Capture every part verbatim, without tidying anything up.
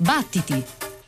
Battiti!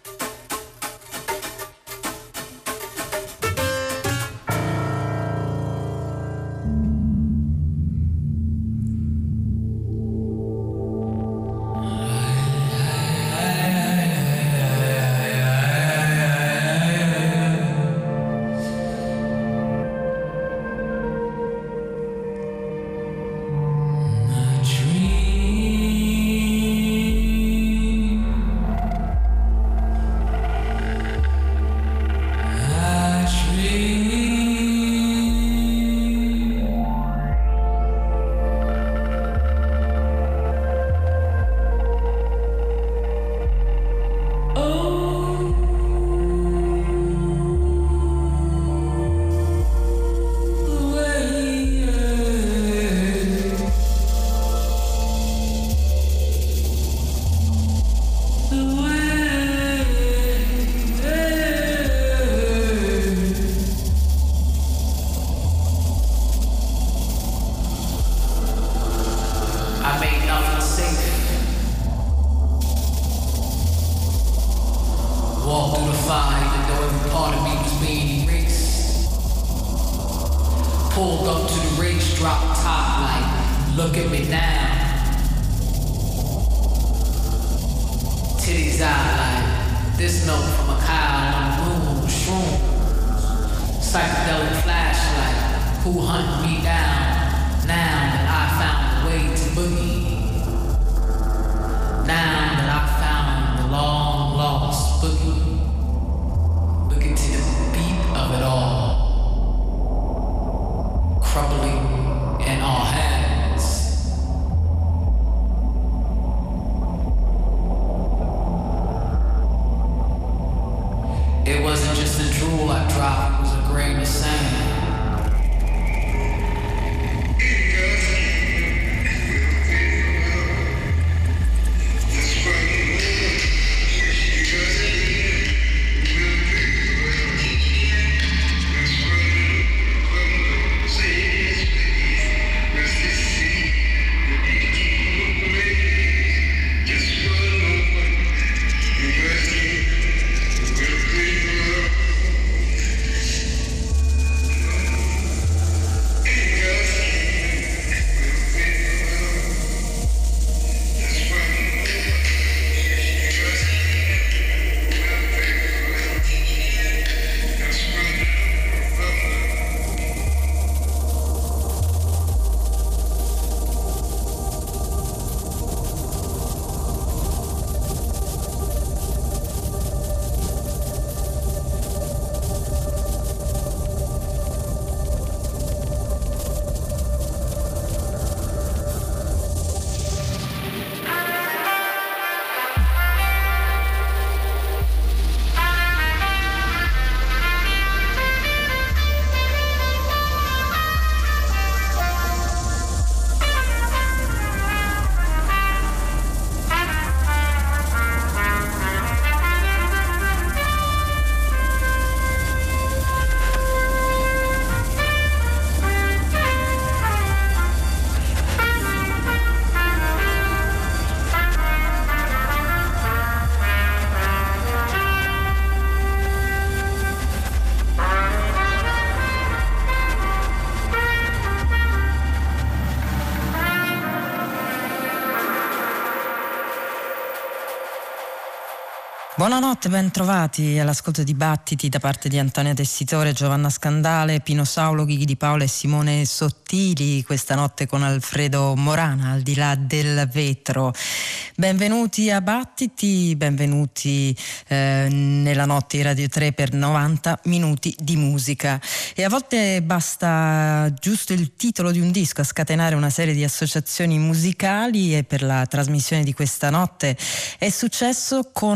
Buonanotte, ben trovati all'ascolto di Battiti da parte di Antonia Tessitore, Giovanna Scandale, Pino Saulo, Ghighi Di Paola e Simone Sottili, questa notte con Alfredo Morana, al di là del vetro. Benvenuti a Battiti, benvenuti eh, nella notte di Radio tre per novanta minuti di musica. E a volte basta giusto il titolo di un disco a scatenare una serie di associazioni musicali, e per la trasmissione di questa notte è successo con Antonio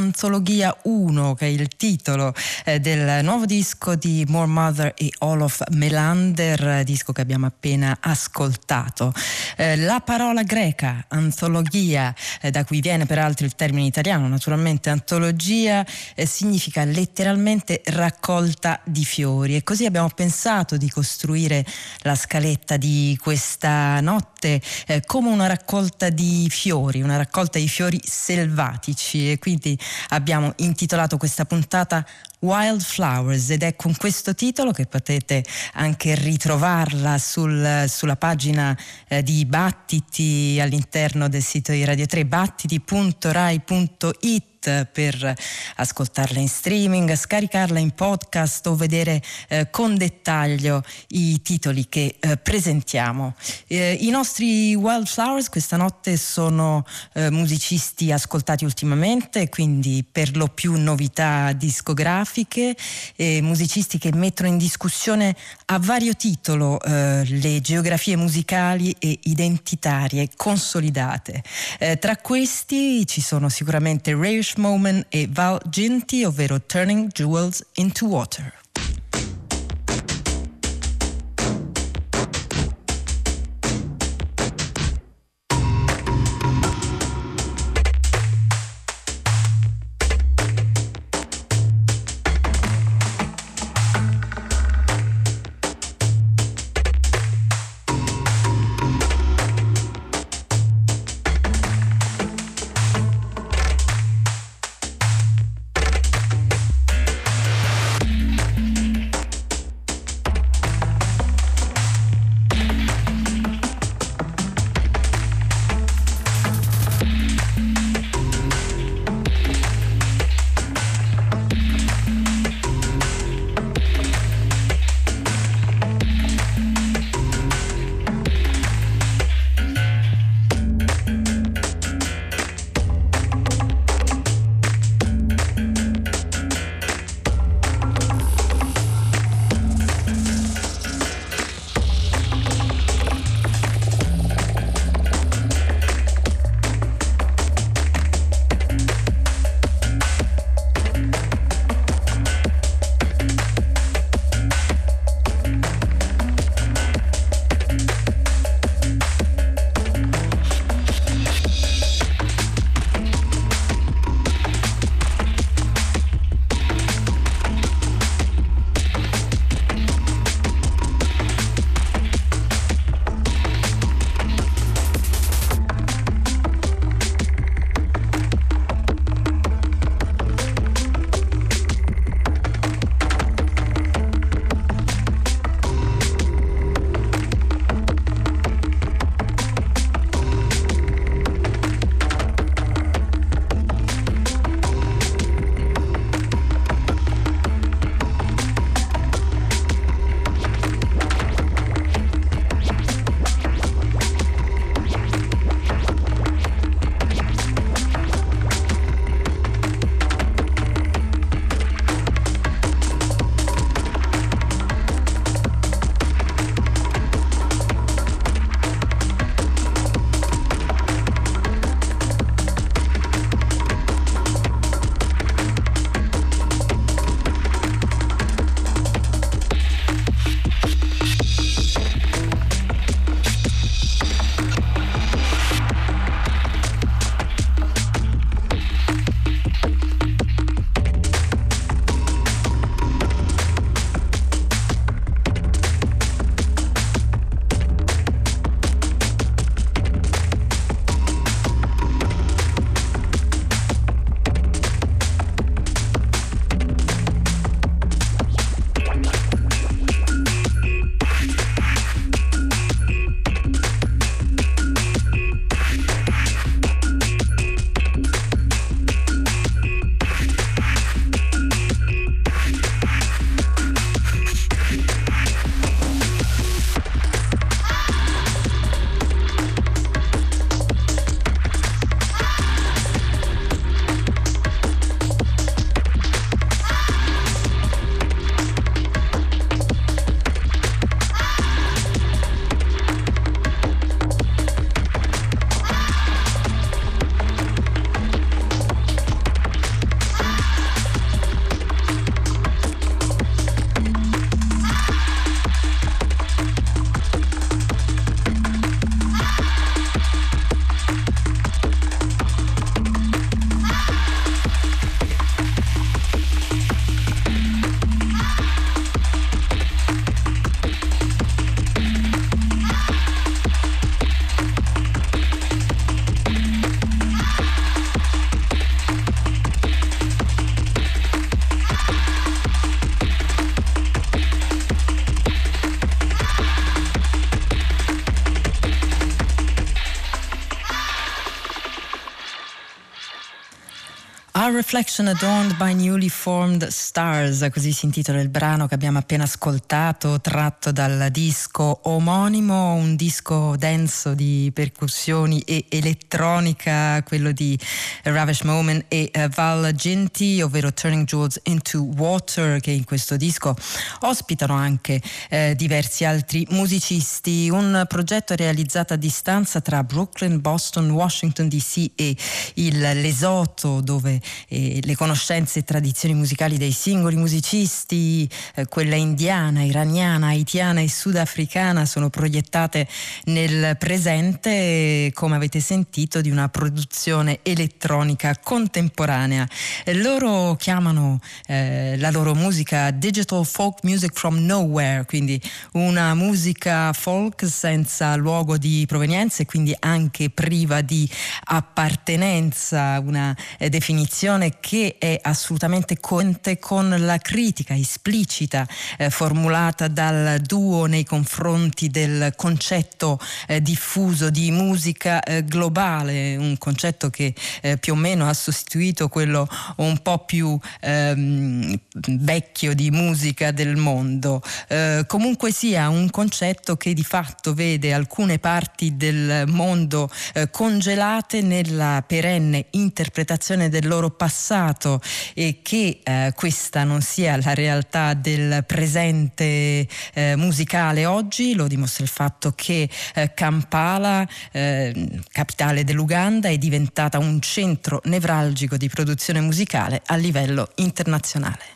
Antologia uno, che è il titolo eh, del nuovo disco di More Mother e Olof Melander, disco che abbiamo appena ascoltato. Eh, la parola greca, antologia, eh, da cui viene peraltro il termine italiano, naturalmente antologia, eh, significa letteralmente raccolta di fiori, e così abbiamo pensato di costruire la scaletta di questa notte eh, come una raccolta di fiori, una raccolta di fiori selvatici, e quindi abbiamo intitolato questa puntata Wildflowers, ed è con questo titolo che potete anche ritrovarla sul, sulla pagina eh, di Battiti all'interno del sito di Radio tre, battiti punto rai punto it, per ascoltarla in streaming, scaricarla in podcast o vedere eh, con dettaglio i titoli che eh, presentiamo. Eh, I nostri Wildflowers questa notte sono eh, musicisti ascoltati ultimamente, quindi per lo più novità discografiche, eh, musicisti che mettono in discussione a vario titolo eh, le geografie musicali e identitarie consolidate. Eh, tra questi ci sono sicuramente Raysh Moment e Val Ginty, ovvero Turning Jewels into Water. Our Reflection Adorned by Newly Formed Stars, così si intitola il brano che abbiamo appena ascoltato, tratto dal disco omonimo, un disco denso di percussioni e elettronica, quello di Ravish Moment e uh, Val Ginty, ovvero Turning Jewels into Water, che in questo disco ospitano anche eh, diversi altri musicisti. Un progetto realizzato a distanza tra Brooklyn, Boston, Washington D C e il Lesotho, dove eh, le conoscenze e tradizioni musicali dei singoli musicisti, eh, quella indiana, iraniana, haitiana e sudafricana, sono proiettate nel presente, come avete sentito, di una produzione elettronica contemporanea. Eh, loro chiamano eh, la loro musica Digital Folk Music from Nowhere, quindi una musica folk senza luogo di provenienza e quindi anche priva di appartenenza, una eh, definizione che è assolutamente coerente con la critica esplicita eh, formulata dal duo nei confronti del concetto eh, diffuso di musica eh, globale, un concetto che eh, più o meno ha sostituito quello un po' più ehm, vecchio di musica del mondo. Eh, comunque sia un concetto che di fatto vede alcune parti del mondo eh, congelate nella perenne interpretazione del loro passato e che eh, questa non sia la realtà del presente eh, musicale oggi lo dimostra il fatto che eh, Kampala, eh, capitale dell'Uganda, è diventata un centro nevralgico di produzione musicale a livello internazionale.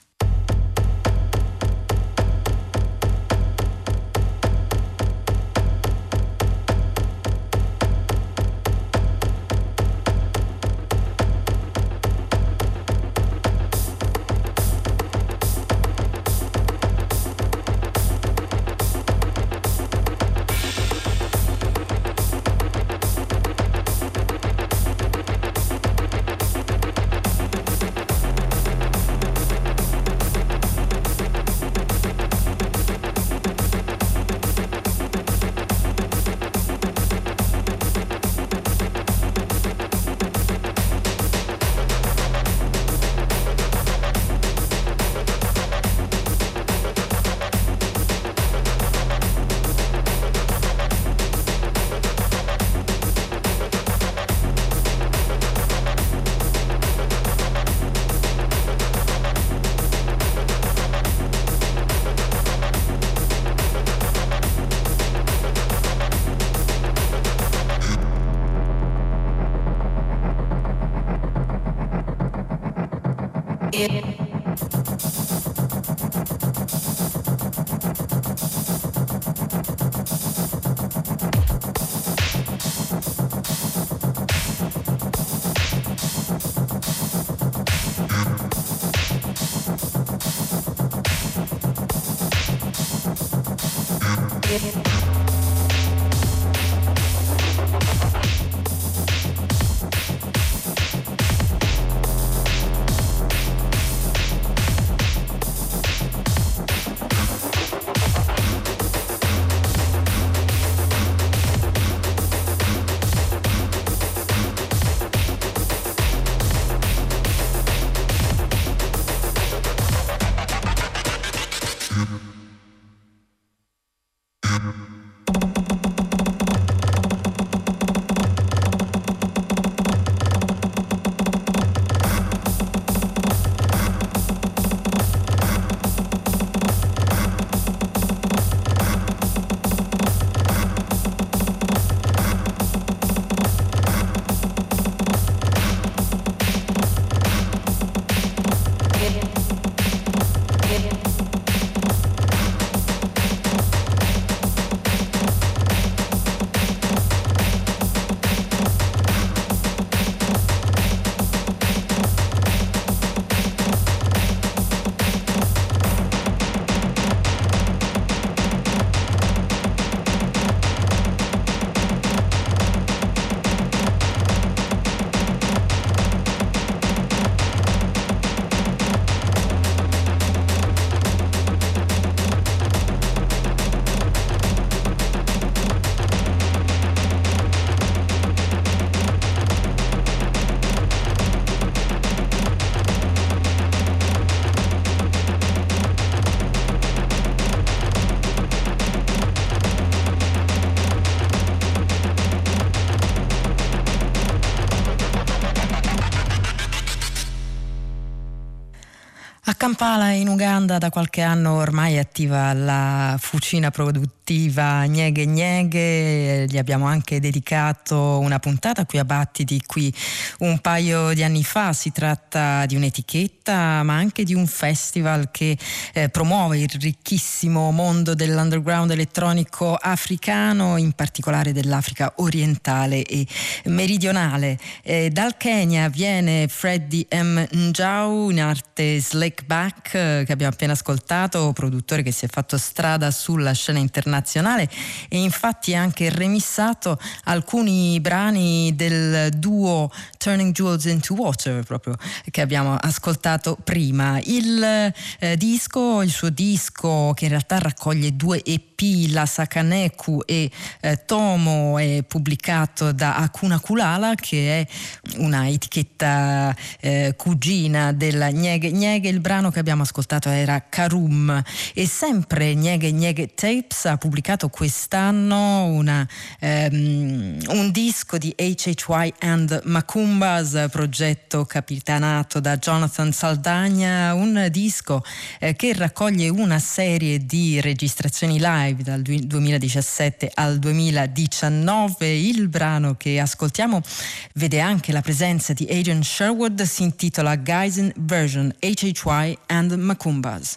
Kampala in Uganda da qualche anno ormai è attiva la fucina produttiva Nyege Nyege, gli abbiamo anche dedicato una puntata qui a Battiti qui un paio di anni fa. Si tratta di un'etichetta ma anche di un festival che eh, promuove il ricchissimo mondo dell'underground elettronico africano, in particolare dell'Africa orientale e meridionale. Eh, dal Kenya viene Freddy M. Njau, in arte Slick Back, che abbiamo appena ascoltato, produttore che si è fatto strada sulla scena internazionale e infatti ha anche remissato alcuni brani del duo Turning Jewels into Water, proprio che abbiamo ascoltato prima. Il eh, disco, il suo disco, che in realtà raccoglie due E P, La Sakaneku e eh, Tomo, è pubblicato da Hakuna Kulala, che è una etichetta eh, cugina della Nyege Nyege. Il brano che abbiamo ascoltato era Karum, e sempre Nyege Nyege Tapes ha pubblicato quest'anno una, ehm, un disco di H H Y and Makumbas, progetto capitanato da Jonathan Saldagna, un disco eh, che raccoglie una serie di registrazioni live dal du- duemiladiciassette al duemiladiciannove. Il brano che ascoltiamo vede anche la presenza di Adrian Sherwood, si intitola Guys in Version, H H Y and Makumbas.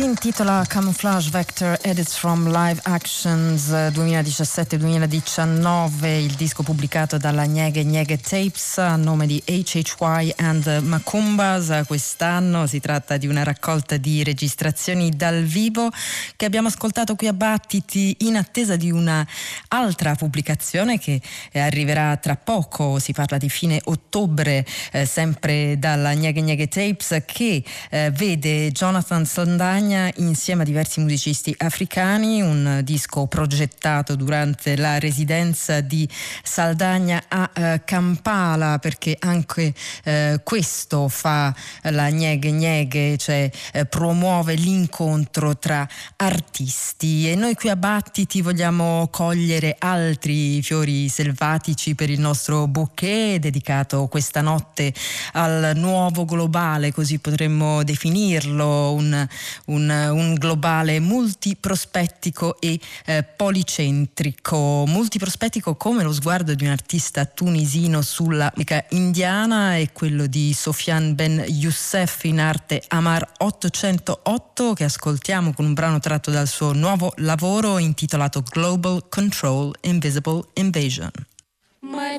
intitola Camouflage Vector Edits from Live Actions duemiladiciassette duemiladiciannove, il disco pubblicato dalla Nyege Nyege Tapes a nome di H H Y and Macumbas. Quest'anno si tratta di una raccolta di registrazioni dal vivo che abbiamo ascoltato qui a Battiti in attesa di una altra pubblicazione che arriverà tra poco. Si parla di fine ottobre, eh, sempre dalla Nyege Nyege Tapes, che eh, vede Jonathan Saldagna insieme a diversi musicisti africani, un disco progettato durante la residenza di Saldagna a eh, Kampala, perché anche eh, questo fa la Nyege Nyege, cioè eh, promuove l'incontro tra artisti. E noi qui a Battiti vogliamo cogliere altri fiori selvatici per il nostro bouquet dedicato questa notte al nuovo globale, così potremmo definirlo, un Un, un globale multiprospettico e eh, policentrico. Multiprospettico come lo sguardo di un artista tunisino sull'Africa indiana e quello di Sofiane Ben Youssef in arte Amar ottocentootto, che ascoltiamo con un brano tratto dal suo nuovo lavoro intitolato Global Control Invisible Invasion. Ma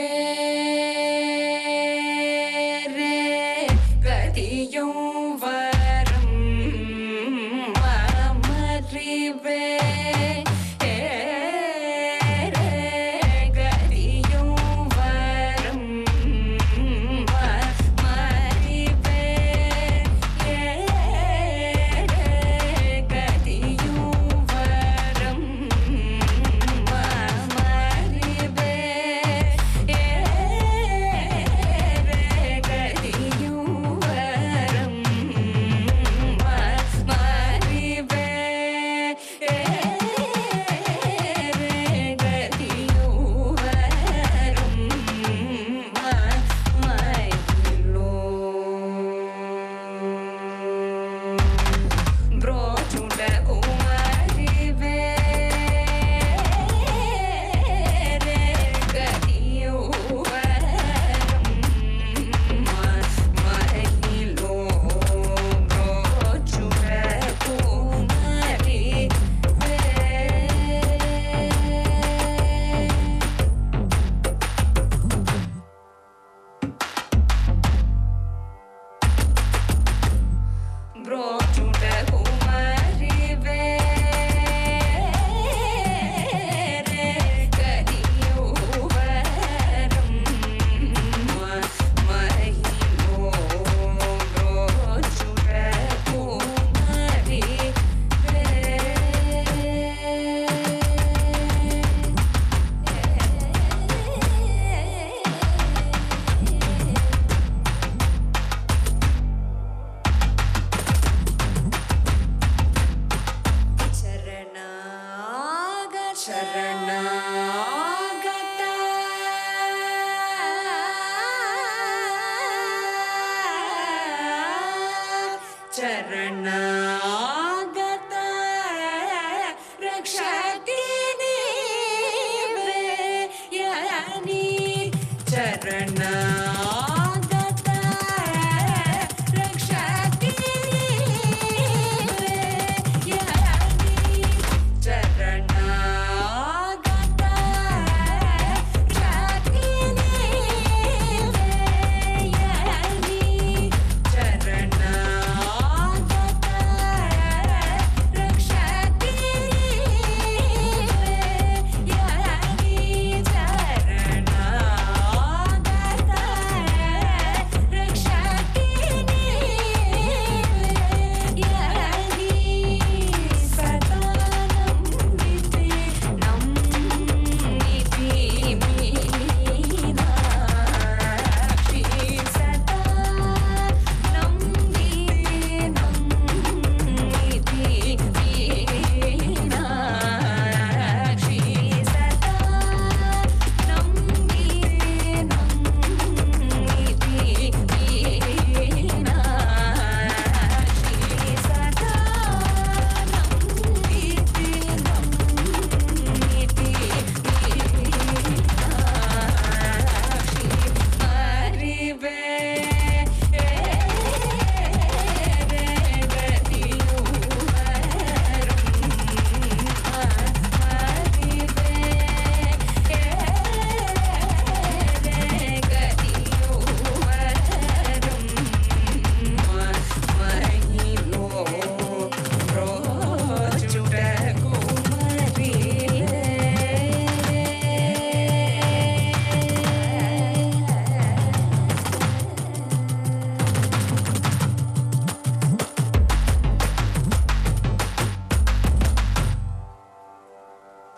rivere gadiyon varam ma rivere gadiyon varam ma rivere gadiyon varam ma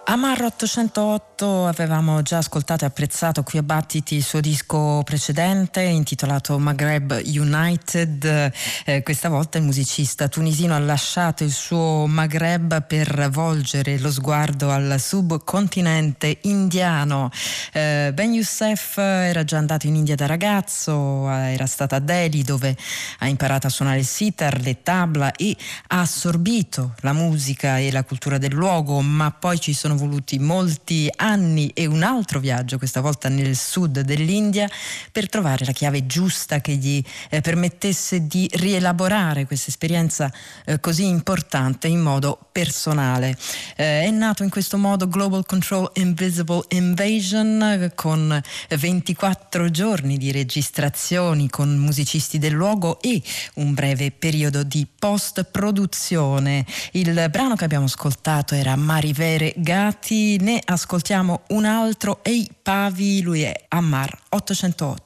Amar ottocentootto avevamo già ascoltato e apprezzato qui a Battiti il suo disco precedente intitolato Maghreb United. Eh, questa volta il musicista tunisino ha lasciato il suo Maghreb per volgere lo sguardo al subcontinente indiano. Eh, Ben Youssef era già andato in India da ragazzo, era stato a Delhi dove ha imparato a suonare il sitar, le tabla e ha assorbito la musica e la cultura del luogo, ma poi ci sono voluti molti anni e un altro viaggio, questa volta nel sud dell'India, per trovare la chiave giusta che gli eh, permettesse di rielaborare questa esperienza eh, così importante in modo personale. Eh, è nato in questo modo Global Control Invisible Invasion, eh, con ventiquattro giorni di registrazioni con musicisti del luogo e un breve periodo di post-produzione. Il brano che abbiamo ascoltato era Marivere Gati, ne ascoltiamo un altro, Ei Pavi, lui è Amar ottocentootto.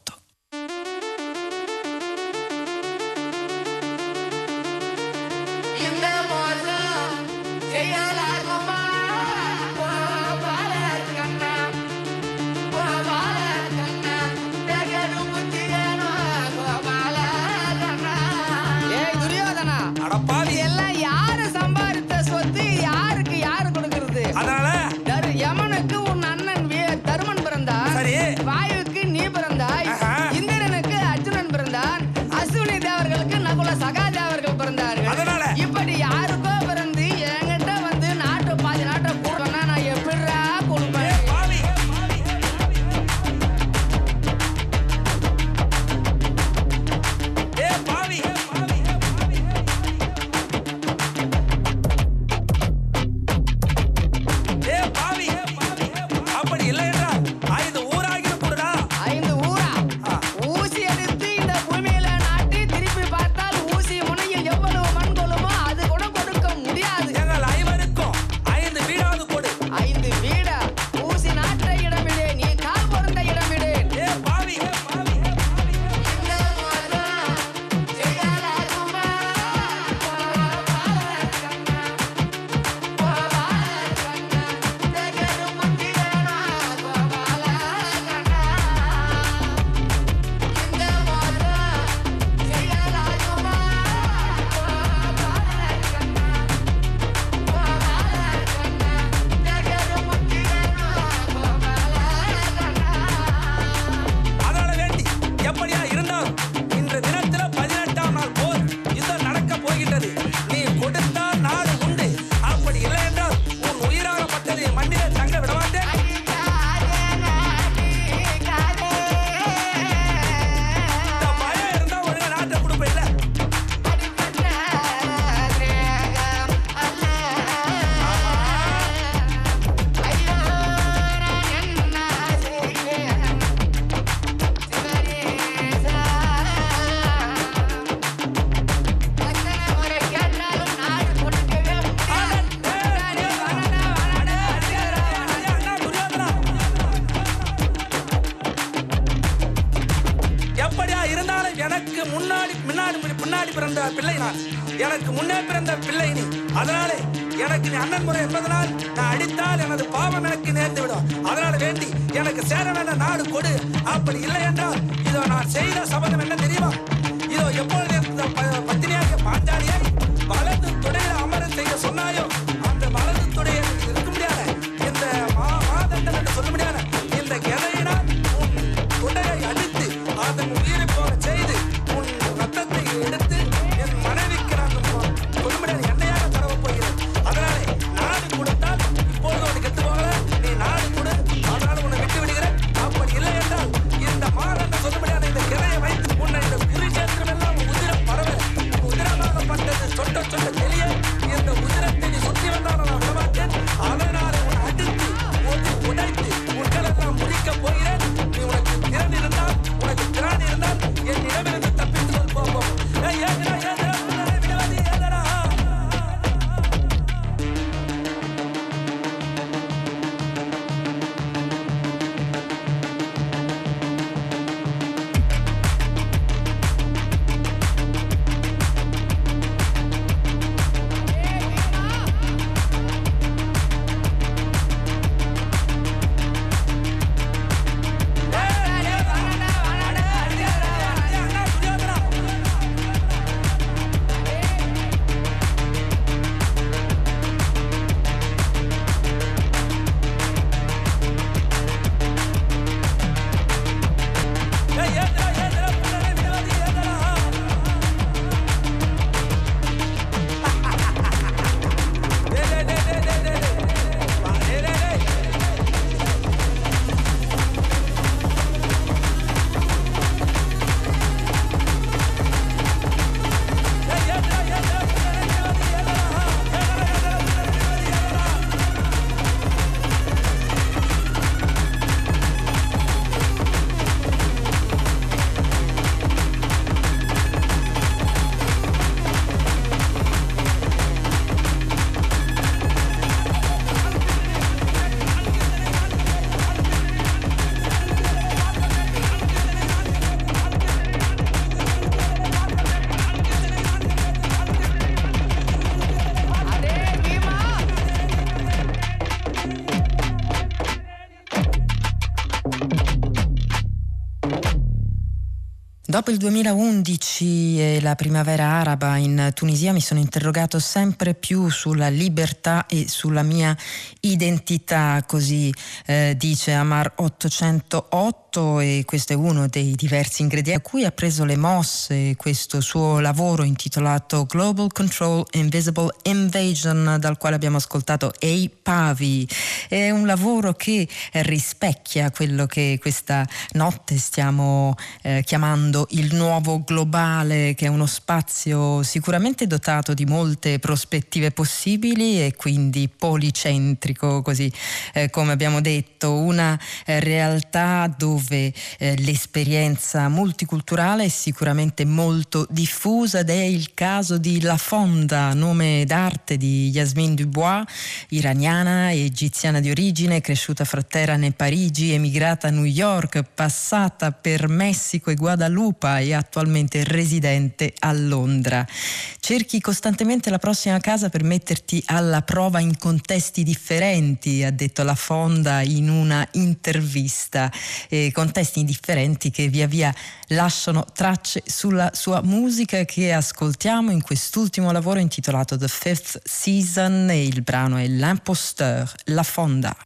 எனக்கு முன்னே பிறந்த பிள்ளை நீ, அதனாலே எனக்கு நீ அண்ணன் முறை என்பதனால் நான் அடித்தால் எனது பாவம் எனக்கு நேர்ந்து விடும். அதனால வேண்டி எனக்கு சேர வேண்ட நாடு கொடு. அப்படி இல்லை என்றால் இதோ நான் செய்த சபதம் என்ன தெரியுமா? இதோ எப்பொழுது இந்த பத்தினியாகிய பாஞ்சாலியை வலது துடையில அமர செய்ய சொன்னாயோ அந்த வலது துடைய இருக்க முடியாத இந்த மாதண்டம் என்று சொல்ல முடியாத இந்த கதையினால் உன் துடையை அடித்து அதன் உயிரை போக செய்து உன் ரத்தத்தை எடுத்து என் மனைவிக்கு நான் சொல்ல முடியாது எண்ணையாக தரவ போகிறேன். அதனாலே நாடு கொடுத்தால் இப்பொழுது உனக்கு கெட்டு போகல, நீ நாடு கொடு, அதனால உன்னை விட்டு விடுகிறேன். அப்படி இல்லை என்றால் இந்த மாதண்டம் சொல்ல முடியாத இந்த கிளையை வைத்து உன்னை இந்த குருஷேத்திரம் எல்லாம் உதிர பரவ உதிரமாகப்பட்டது Dopo il duemilaundici e la primavera araba in Tunisia mi sono interrogato sempre più sulla libertà e sulla mia identità, così eh, dice Amar ottocentootto, e questo è uno dei diversi ingredienti a cui ha preso le mosse questo suo lavoro intitolato Global Control Invisible Invasion, dal quale abbiamo ascoltato Ei Pavi. È un lavoro che rispecchia quello che questa notte stiamo eh, chiamando il nuovo globale, che è uno spazio sicuramente dotato di molte prospettive possibili e quindi policentrico, così eh, come abbiamo detto, una eh, realtà dove eh, l'esperienza multiculturale è sicuramente molto diffusa, ed è il caso di La Fonda, nome d'arte di Yasmine Dubois, iraniana e egiziana di origine, cresciuta fra Teheran e Parigi, emigrata a New York, passata per Messico e Guadalupe e attualmente residente a Londra. Cerchi costantemente la prossima casa per metterti alla prova in contesti differenti, ha detto La Fonda in una intervista, e contesti differenti che via via lasciano tracce sulla sua musica, che ascoltiamo in quest'ultimo lavoro intitolato The Fifth Season, e il brano è L'Imposteur, La Fonda.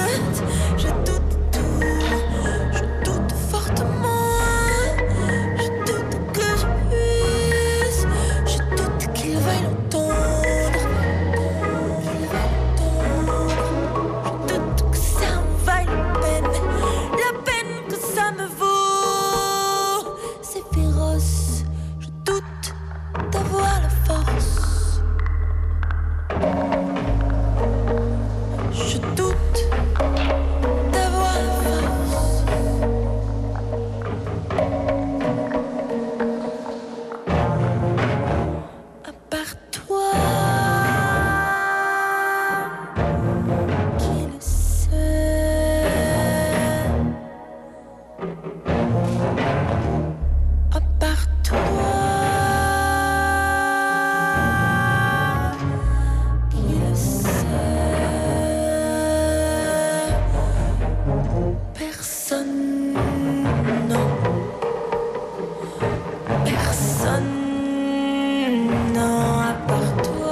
Je À part toi, qui le sait? Personne, non. Personne, non, à part toi.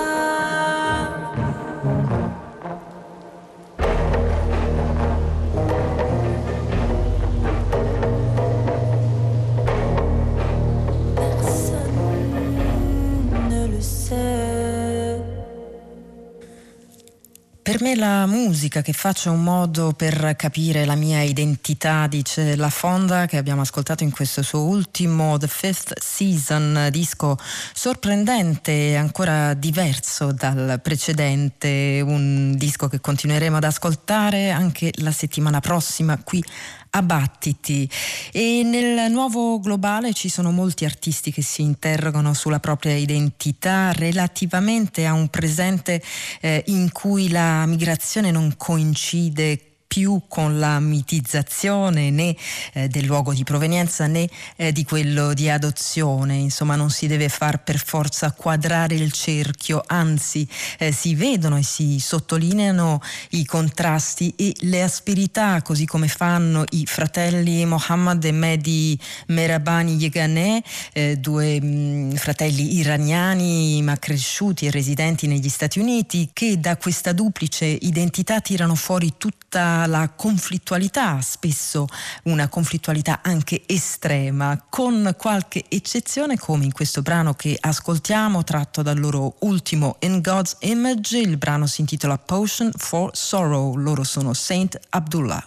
Per me la musica che faccia un modo per capire la mia identità, dice La Fonda, che abbiamo ascoltato in questo suo ultimo The Fifth Season, disco sorprendente e ancora diverso dal precedente, un disco che continueremo ad ascoltare anche la settimana prossima qui a Battiti. E nel nuovo globale ci sono molti artisti che si interrogano sulla propria identità relativamente a un presente eh, in cui la migrazione non coincide più con la mitizzazione né eh, del luogo di provenienza né eh, di quello di adozione. Insomma, non si deve far per forza quadrare il cerchio, anzi eh, si vedono e si sottolineano i contrasti e le asperità, così come fanno i fratelli Mohammad e Mehdi Mehrabani Yeganeh, eh, due mh, fratelli iraniani ma cresciuti e residenti negli Stati Uniti, che da questa duplice identità tirano fuori tutta la conflittualità, spesso una conflittualità anche estrema, con qualche eccezione come in questo brano che ascoltiamo tratto dal loro ultimo In God's Image. Il brano si intitola Potion for Sorrow, loro sono Saint Abdullah.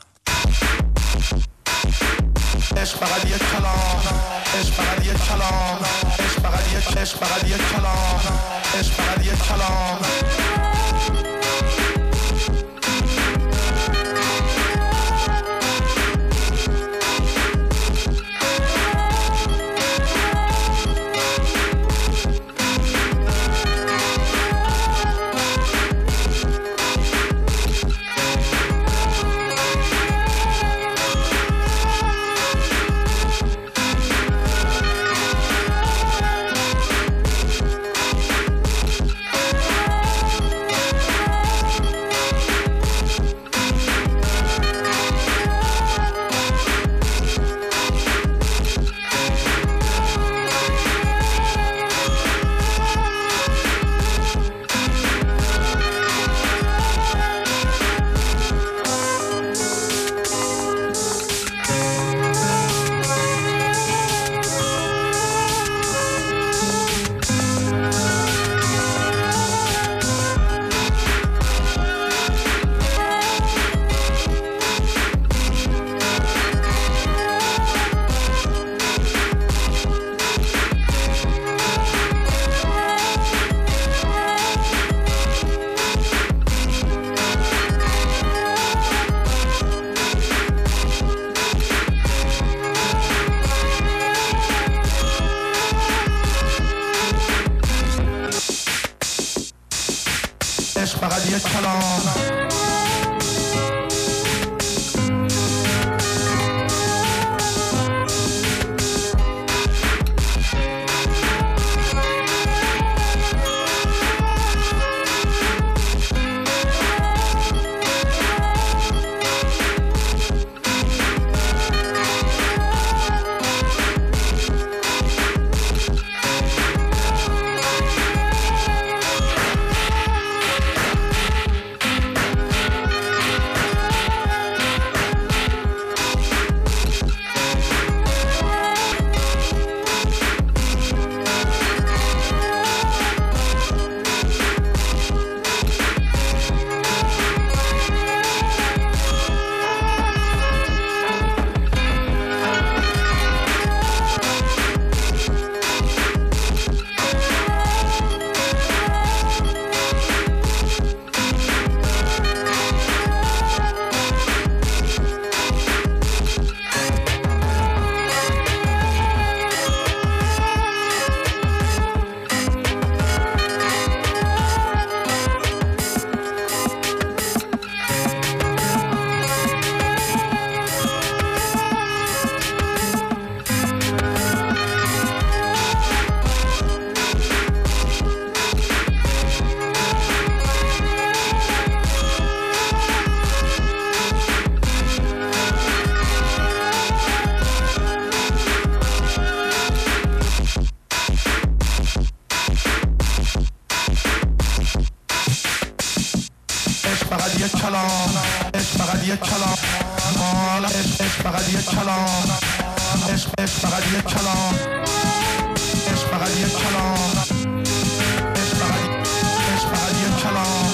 paradis chalant, es paradis chalant, es paradis chalant, es paradis chalant, es paradis chalant.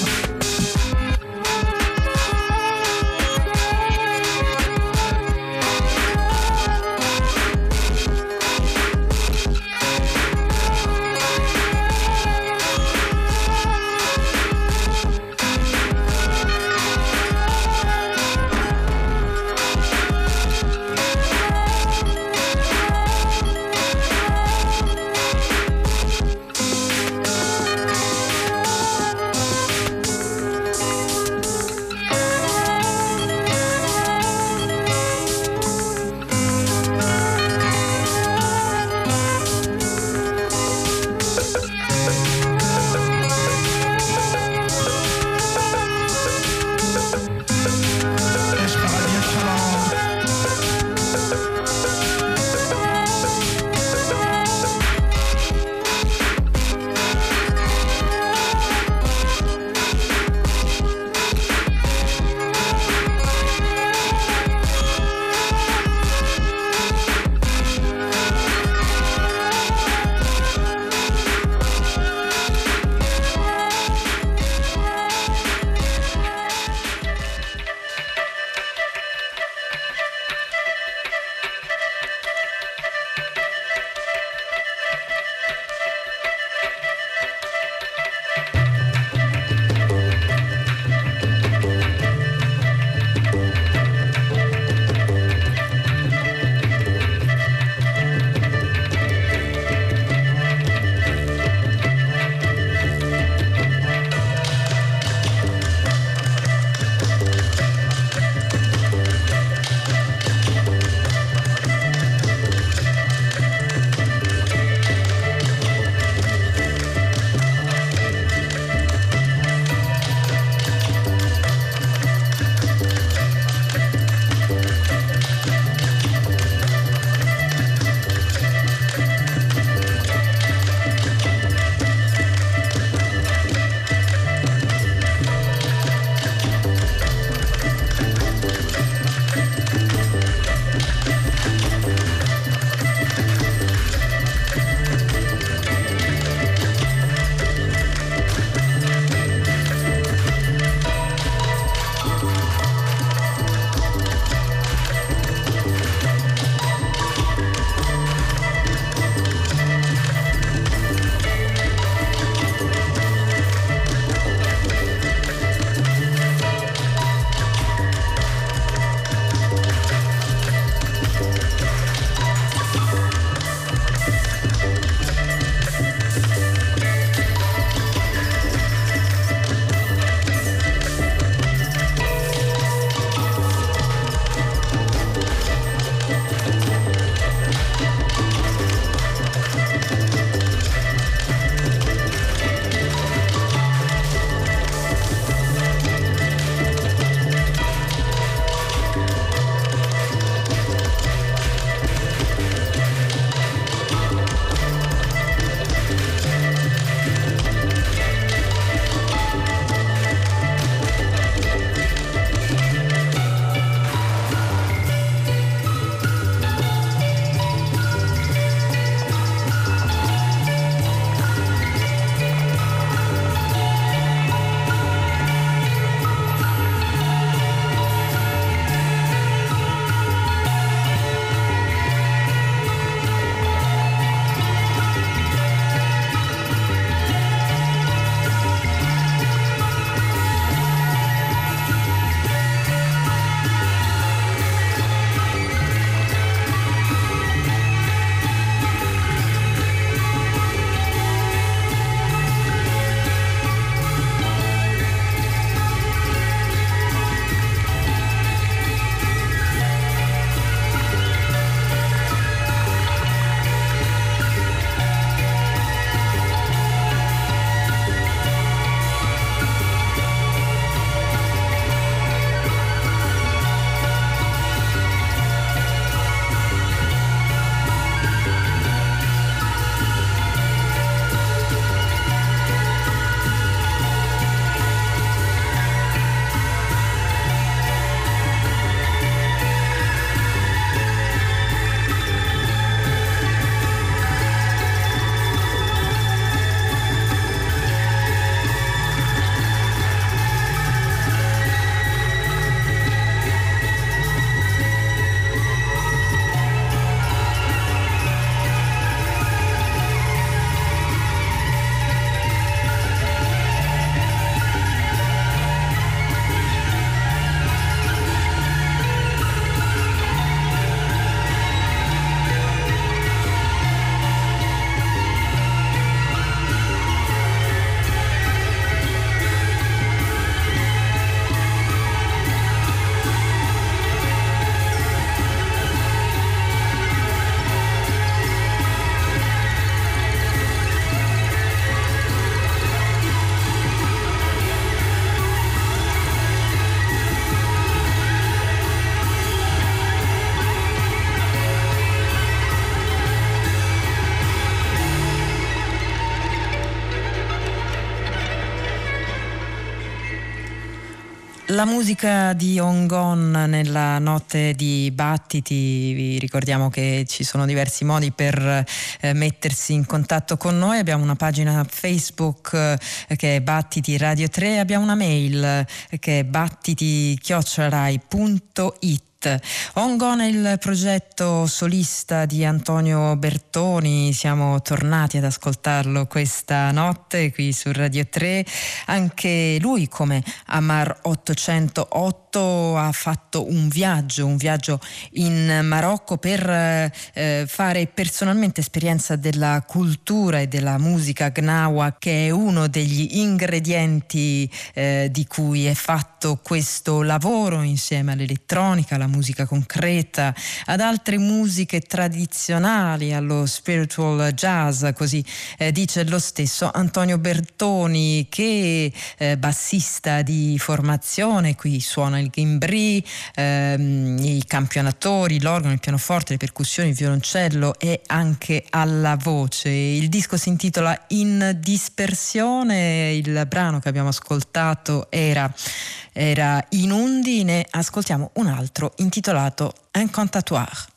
La musica di On Gone nella notte di Battiti. Vi ricordiamo che ci sono diversi modi per eh, mettersi in contatto con noi. Abbiamo una pagina Facebook eh, che è Battiti Radio tre, abbiamo una mail eh, che è battiti chiocciola rai punto it. On Gone è il progetto solista di Antonio Bertoni, siamo tornati ad ascoltarlo questa notte qui su Radio tre. Anche lui, come Amar ottocentotto, ha fatto un viaggio, un viaggio in Marocco per eh, fare personalmente esperienza della cultura e della musica gnawa, che è uno degli ingredienti eh, di cui è fatto questo lavoro, insieme all'elettronica, alla musica concreta, ad altre musiche tradizionali, allo spiritual jazz, così eh, dice lo stesso Antonio Bertoni, che eh, bassista di formazione, qui suona il ghimbri, ehm, i campionatori, l'organo, il pianoforte, le percussioni, il violoncello e anche alla voce. Il disco si intitola In Dispersione, il brano che abbiamo ascoltato era era In Undi, ne ascoltiamo un altro intitolato Incantatoire.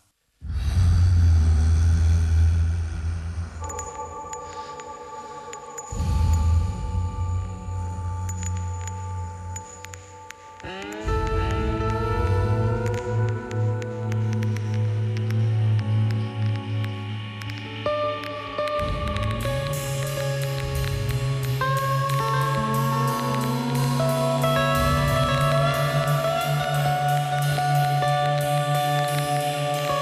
Thank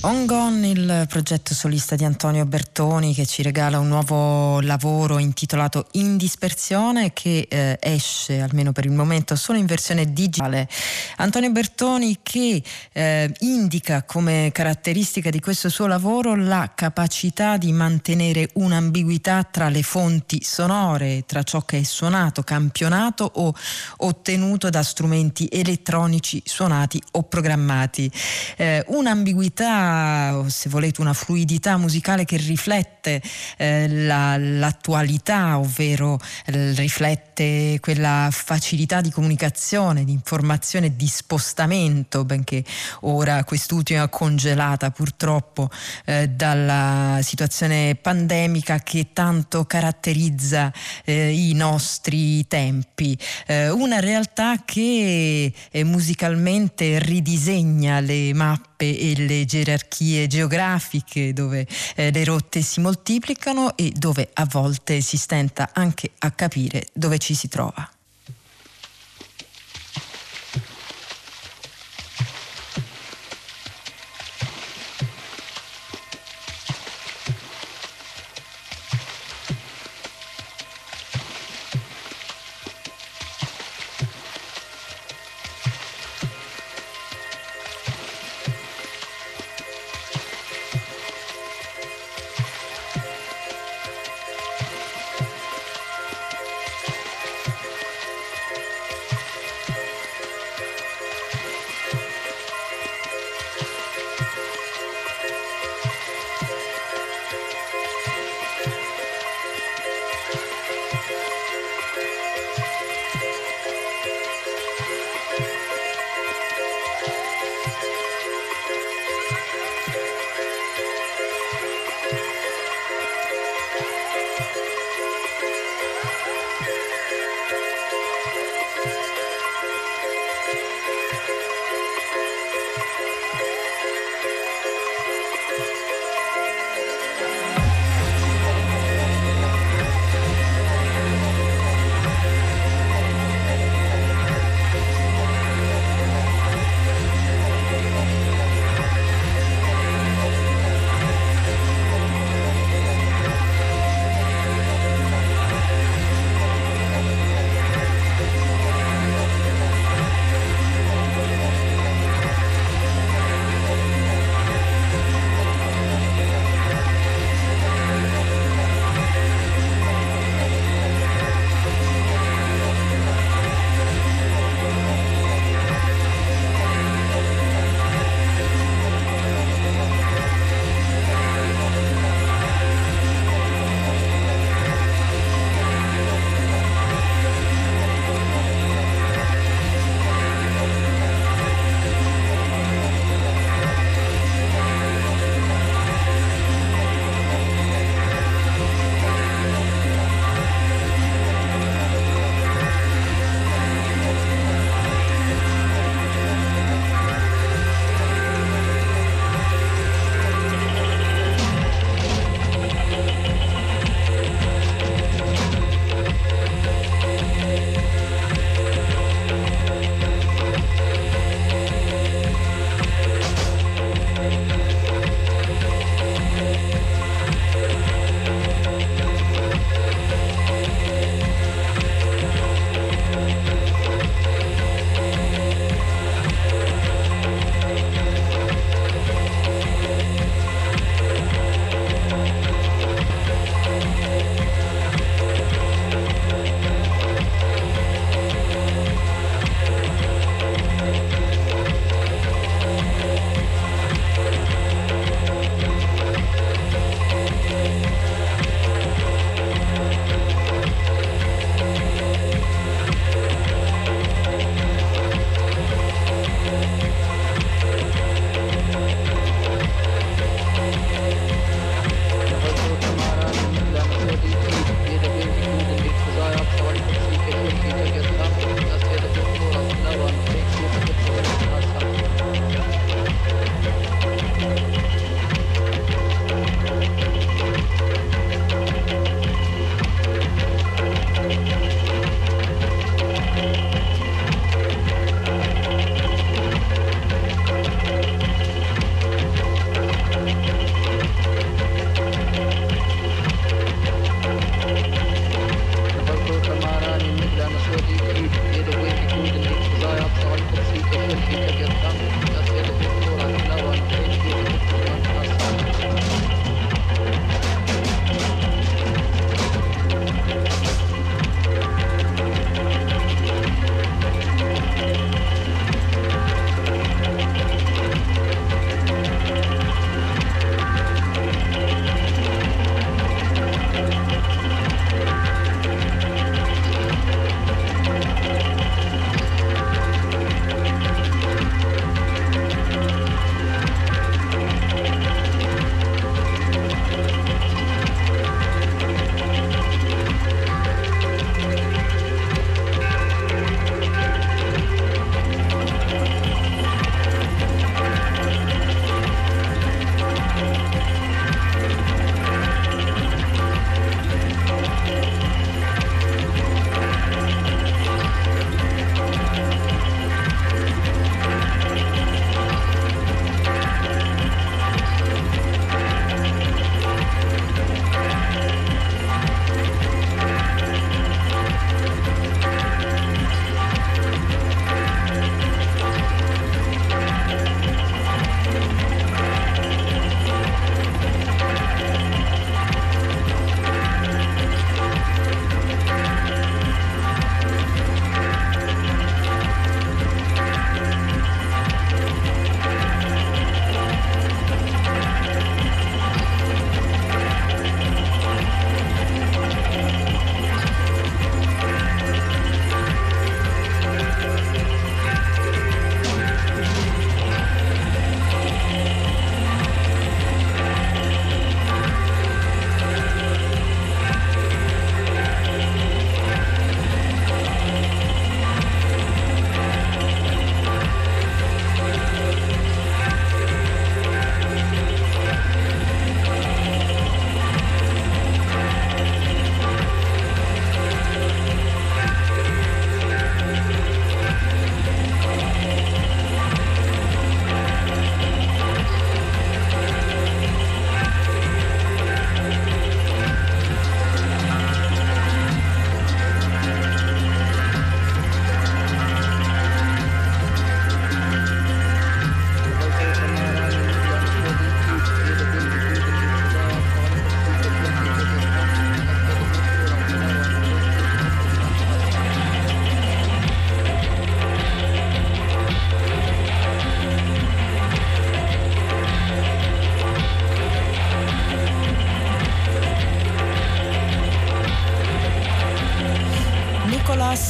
On Gone, il progetto solista di Antonio Bertoni, che ci regala un nuovo lavoro intitolato In Dispersione, che eh, esce almeno per il momento solo in versione digitale. Antonio Bertoni che eh, indica come caratteristica di questo suo lavoro la capacità di mantenere un'ambiguità tra le fonti sonore, tra ciò che è suonato, campionato o ottenuto da strumenti elettronici suonati o programmati. Eh, un'ambiguità, o se volete una fluidità musicale che riflette eh, la, l'attualità, ovvero eh, riflette quella facilità di comunicazione, di informazione, di spostamento, benché ora quest'ultima congelata purtroppo eh, dalla situazione pandemica che tanto caratterizza eh, i nostri tempi. Eh, una realtà che eh, musicalmente ridisegna le mappe e le gerarchie geografiche, dove eh, le rotte si moltiplicano e dove a volte si stenta anche a capire dove ci si trova.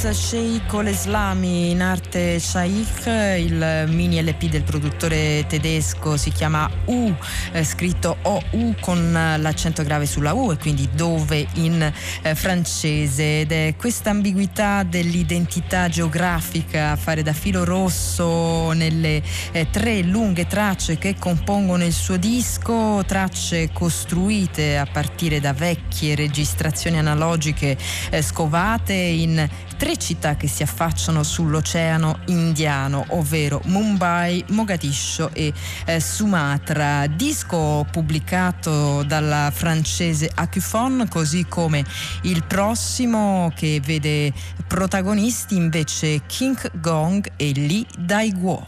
Abbas Sheikh Oleslami, in arte Shaikh, il mini L P del produttore tedesco si chiama U, eh, scritto O U con l'accento grave sulla U e quindi dove in eh, francese, ed è questa ambiguità dell'identità geografica a fare da filo rosso nelle eh, tre lunghe tracce che compongono il suo disco, tracce costruite a partire da vecchie registrazioni analogiche eh, scovate in tre città che si affacciano sull'oceano Indiano, ovvero Mumbai, Mogadiscio e eh, Sumatra. Disco pubblicato dalla francese Acufon, così come il prossimo che vede protagonisti invece King Gong e Lee Daiguo.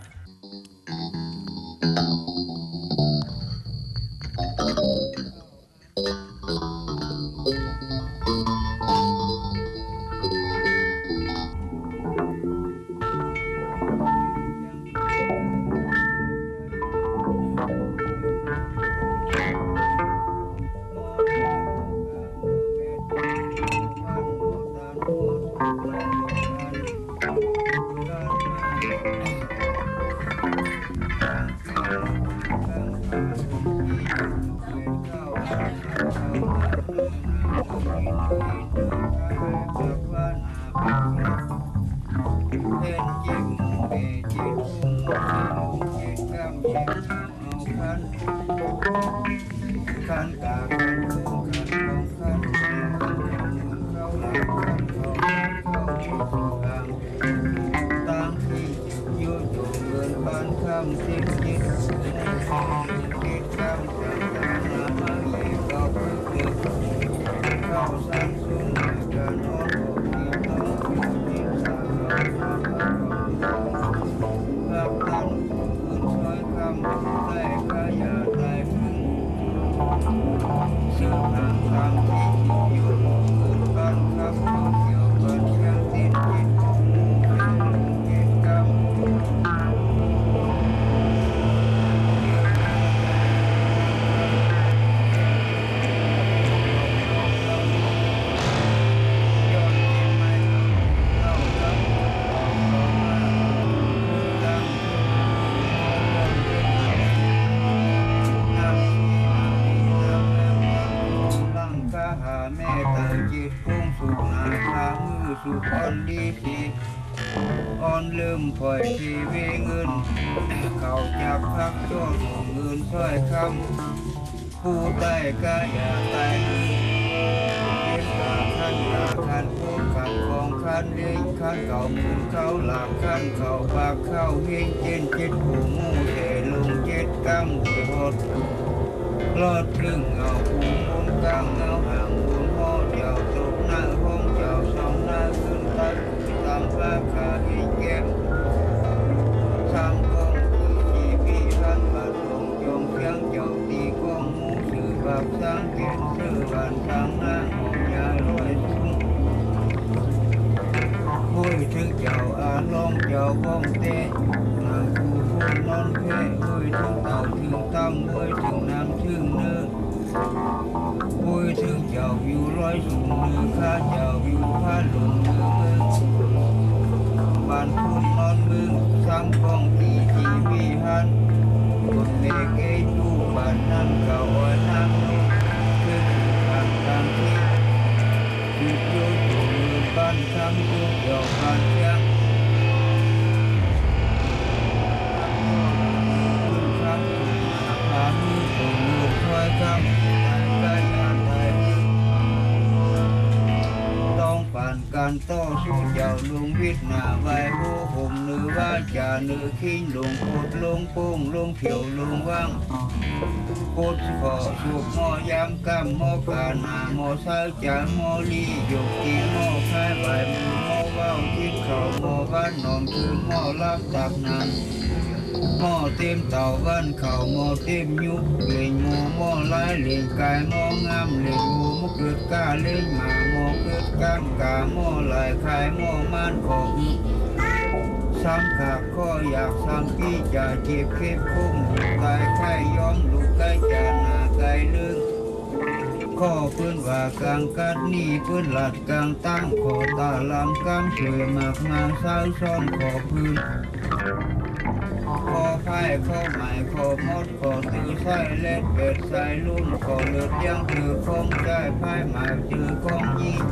ข้อพื้นว่ากลางกัดนี่พื้นหลัดกลางตั้งขอตาลำกำสวยมากมาสาวซ้อนขอพื้นขอไผ่ขอไม้ขอมดขอตือใส่เล็ดเป็ดใส่ลุ่มขอเลือดยังถือคงได้ไผ่ไม้จือคงยิง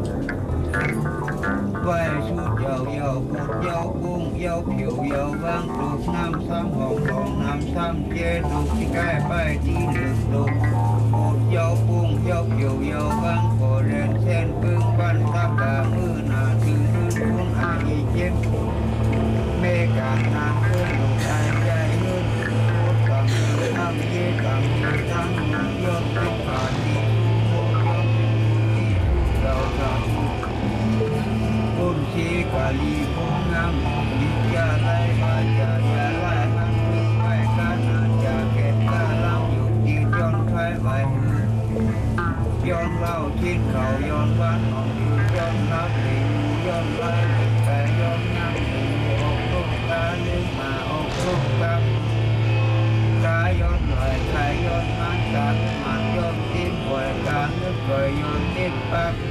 ไว้ชุดยาวยาวพุดยาวบุ้งยาวผิวยาวบางตุกน้ำซ้ำหอมหอมน้ำซ้ำเจดุกที่ใกล้ไปที่เหลืองตุกพุดยาวบุ้งยาวผิวยาวบางขอเล่นเส้นพึ่งบ้านตาบามือหนาถือถือทุ่งอาอีเจ็บเมฆานนานขึ้นลูกชายใจขึ้นพุดกังยืนน้ำเย็นกังยืนทั้งยอมติดผ่านที่ทุกยอมที่เราทำกุนชีกาลีพงงามดิจาไลบาจาจาไลหันพึ่งไม่กันอาจาเก็บกาลำอยู่ที่จนไฟใบย้อนเล่าทิ้งเขาย้อนบ้านนอนอยู่ย้อนรับลิงย้อนไล่แต่ย้อนนั่งถึงออกลูกตาลืมมาออกลูกตาตาย้อนลอยใครย้อนมันกันมันย้อนทิ้งปล่อยการนึกปล่อยย้อนทิ้งปัก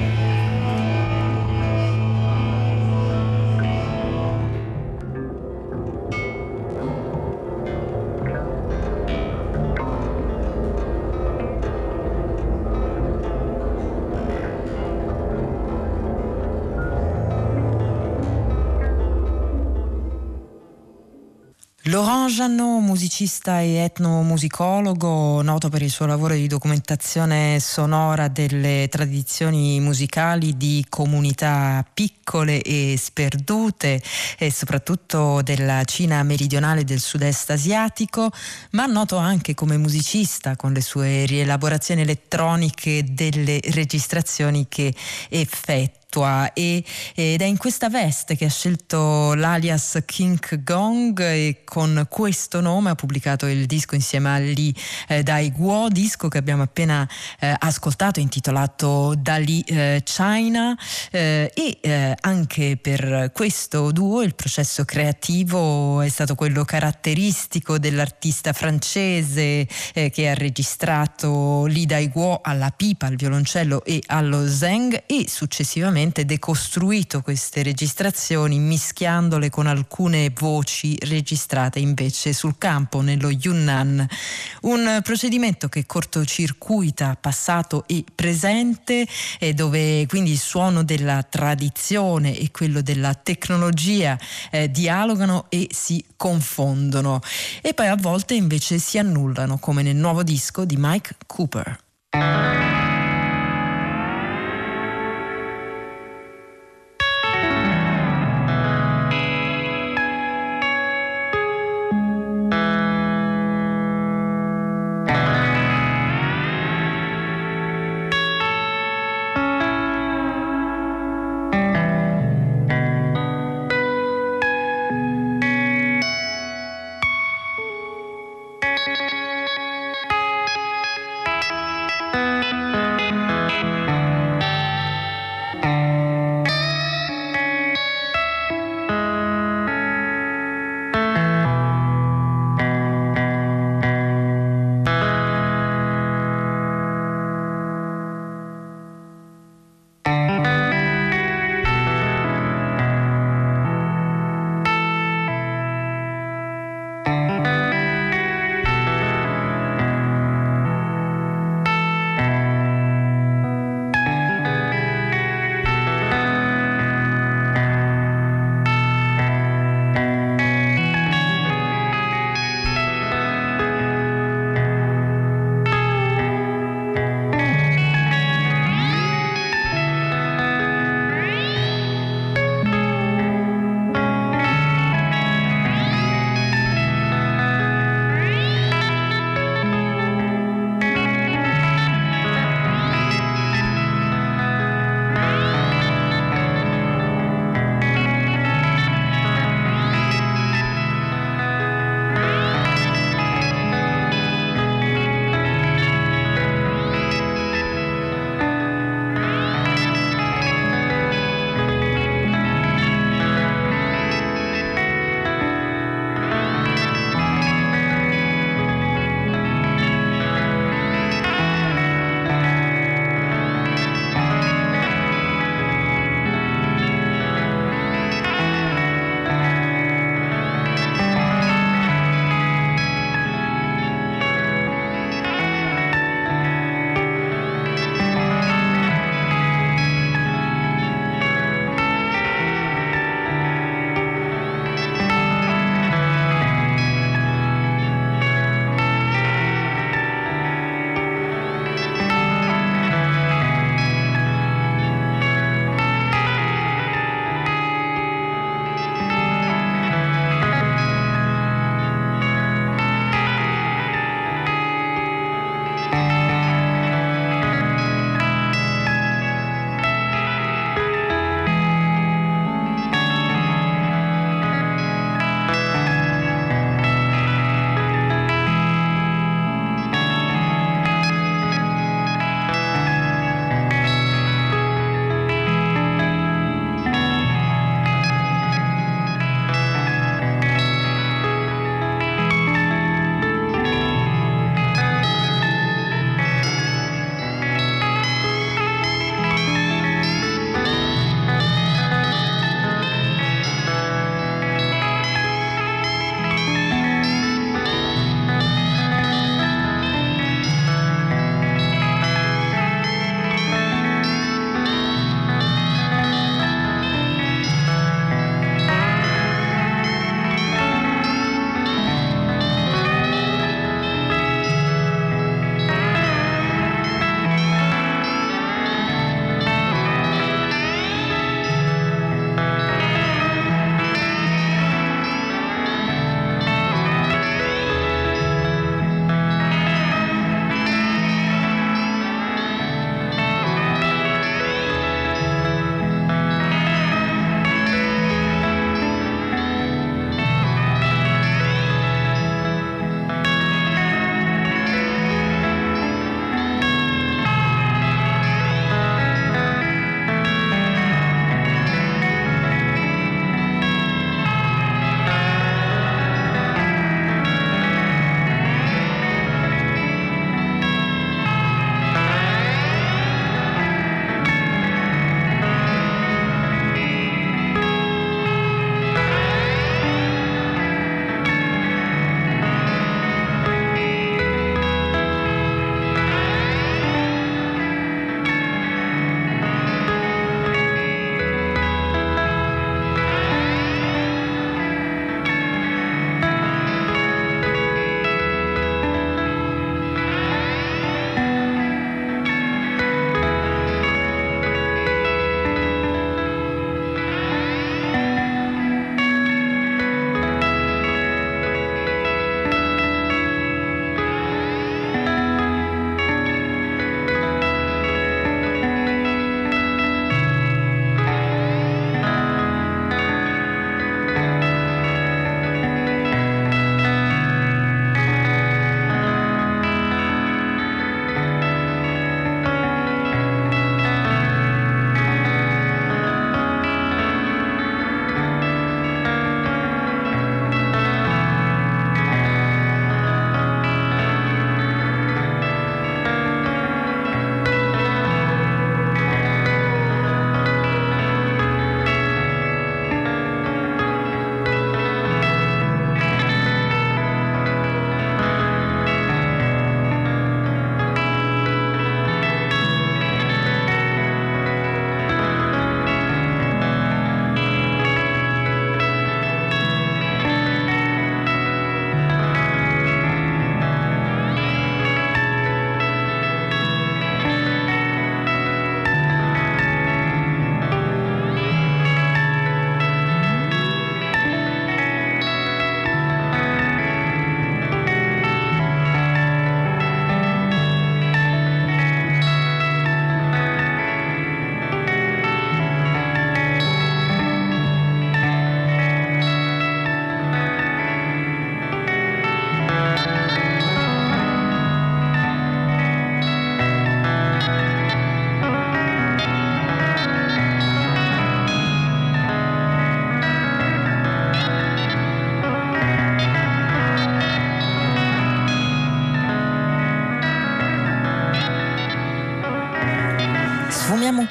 Laurent Jeannot, musicista e etnomusicologo, noto per il suo lavoro di documentazione sonora delle tradizioni musicali di comunità piccole e sperdute e soprattutto della Cina meridionale e del sud-est asiatico, ma noto anche come musicista con le sue rielaborazioni elettroniche delle registrazioni che effettua. E, ed è in questa veste che ha scelto l'alias King Gong e con questo nome ha pubblicato il disco insieme a Li eh, Dai Guo, disco che abbiamo appena eh, ascoltato intitolato Dali eh, China eh, e eh, anche per questo duo il processo creativo è stato quello caratteristico dell'artista francese eh, che ha registrato Li Dai Guo alla pipa, al violoncello e allo zeng e successivamente decostruito queste registrazioni mischiandole con alcune voci registrate invece sul campo nello Yunnan, un procedimento che cortocircuita passato e presente e dove quindi il suono della tradizione e quello della tecnologia eh, dialogano e si confondono e poi a volte invece si annullano, come nel nuovo disco di Mike Cooper. Thank you.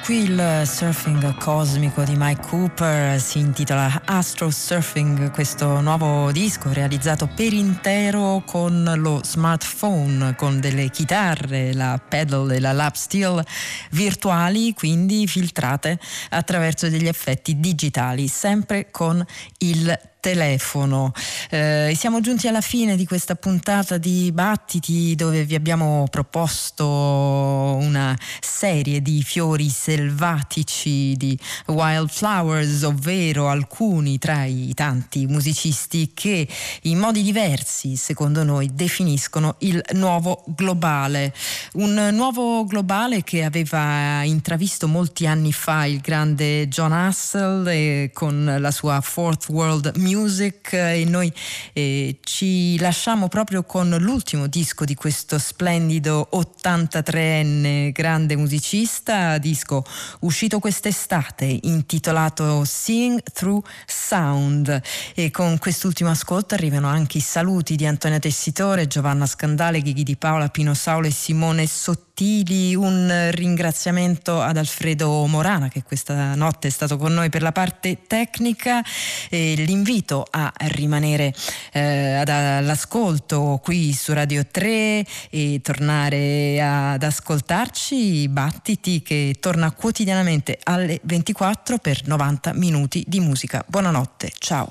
qui il surfing cosmico di Mike Cooper, si intitola Astro Surfing, questo nuovo disco realizzato per intero con lo smartphone, con delle chitarre, la pedal e la lap steel virtuali, quindi filtrate attraverso degli effetti digitali, sempre con il telefono. Eh, siamo giunti alla fine di questa puntata di Battiti, dove vi abbiamo proposto una serie di fiori selvatici, di wildflowers, ovvero alcuni tra i tanti musicisti che in modi diversi, secondo noi, definiscono il nuovo globale. Un nuovo globale che aveva intravisto molti anni fa il grande John Hassel eh, con la sua Fourth World Music. Music, e noi eh, ci lasciamo proprio con l'ultimo disco di questo splendido ottantatreenne grande musicista, disco uscito quest'estate intitolato Seeing Through Sound, e con quest'ultimo ascolto arrivano anche i saluti di Antonia Tessitore, Giovanna Scandale, Ghighi Di Paola, Pino Saulo e Simone Sottili. Un ringraziamento ad Alfredo Morana, che questa notte è stato con noi per la parte tecnica, e l'invito a rimanere eh, ad, all'ascolto qui su Radio tre e tornare ad ascoltarci Battiti, che torna quotidianamente alle ventiquattro per novanta minuti di musica. Buonanotte, ciao.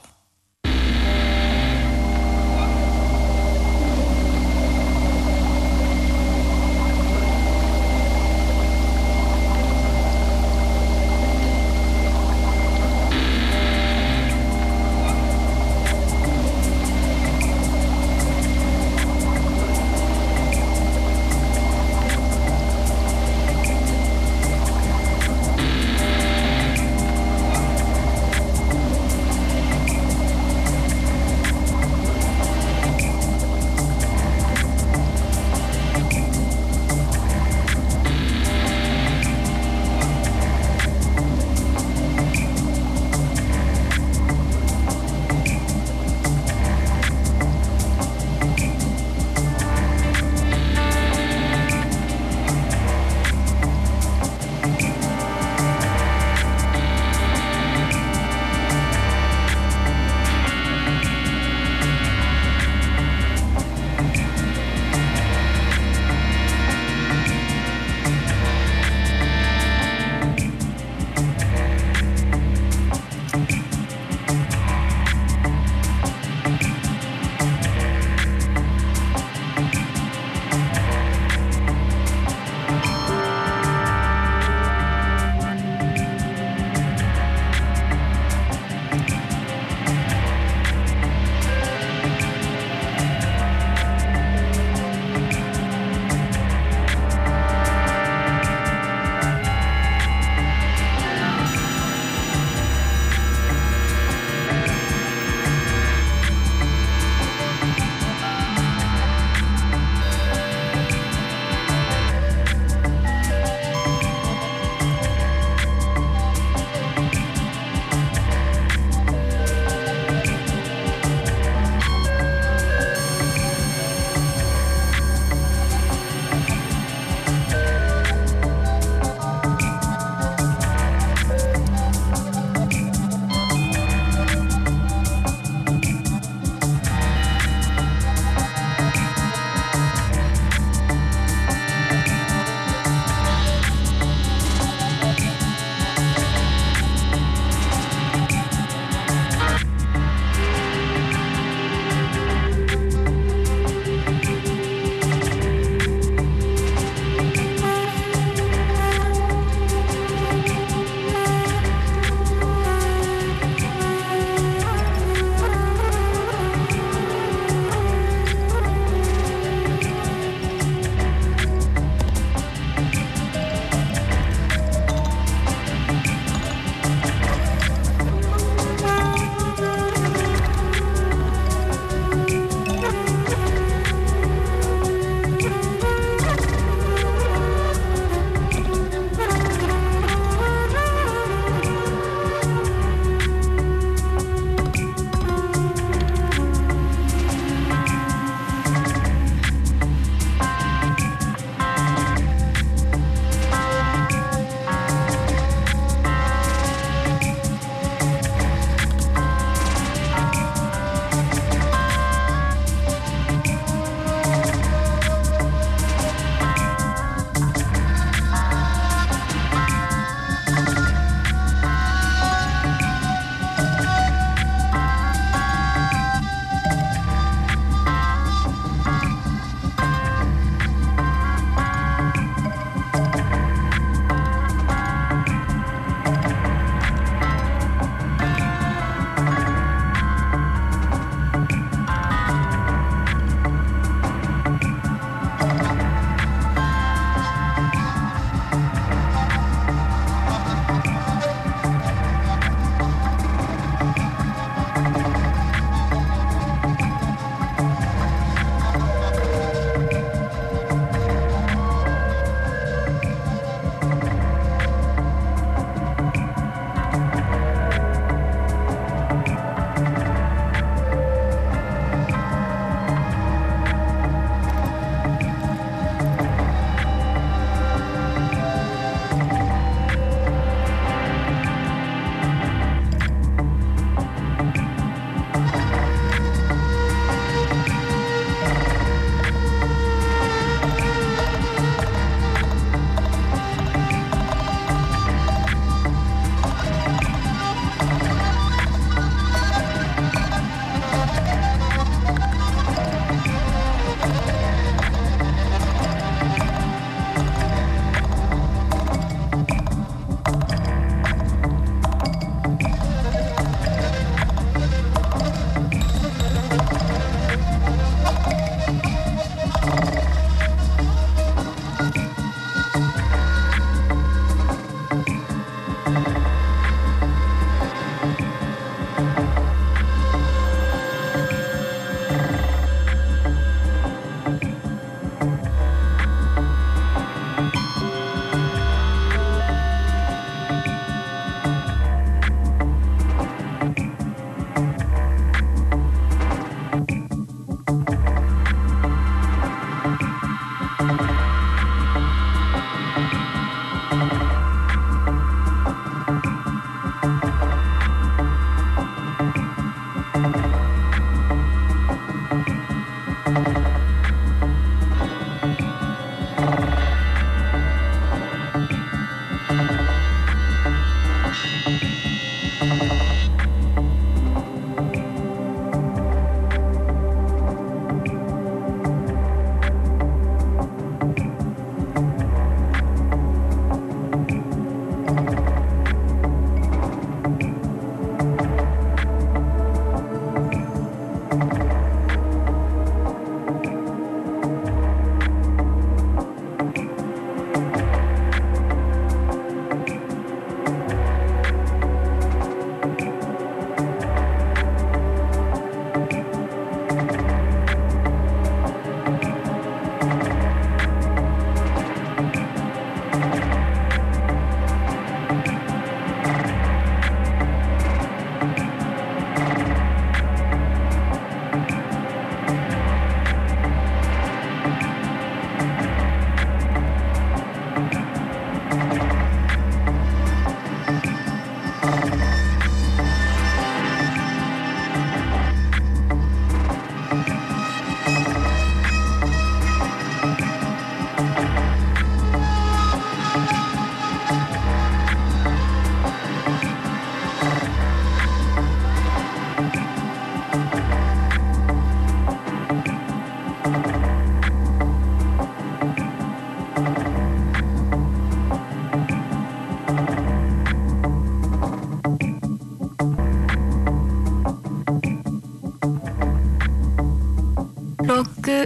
ろく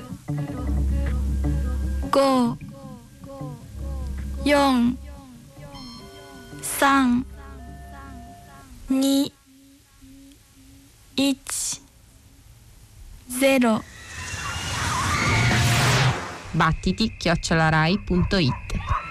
ご よん さん に いち ゼロ battiti chiocciola rai punto it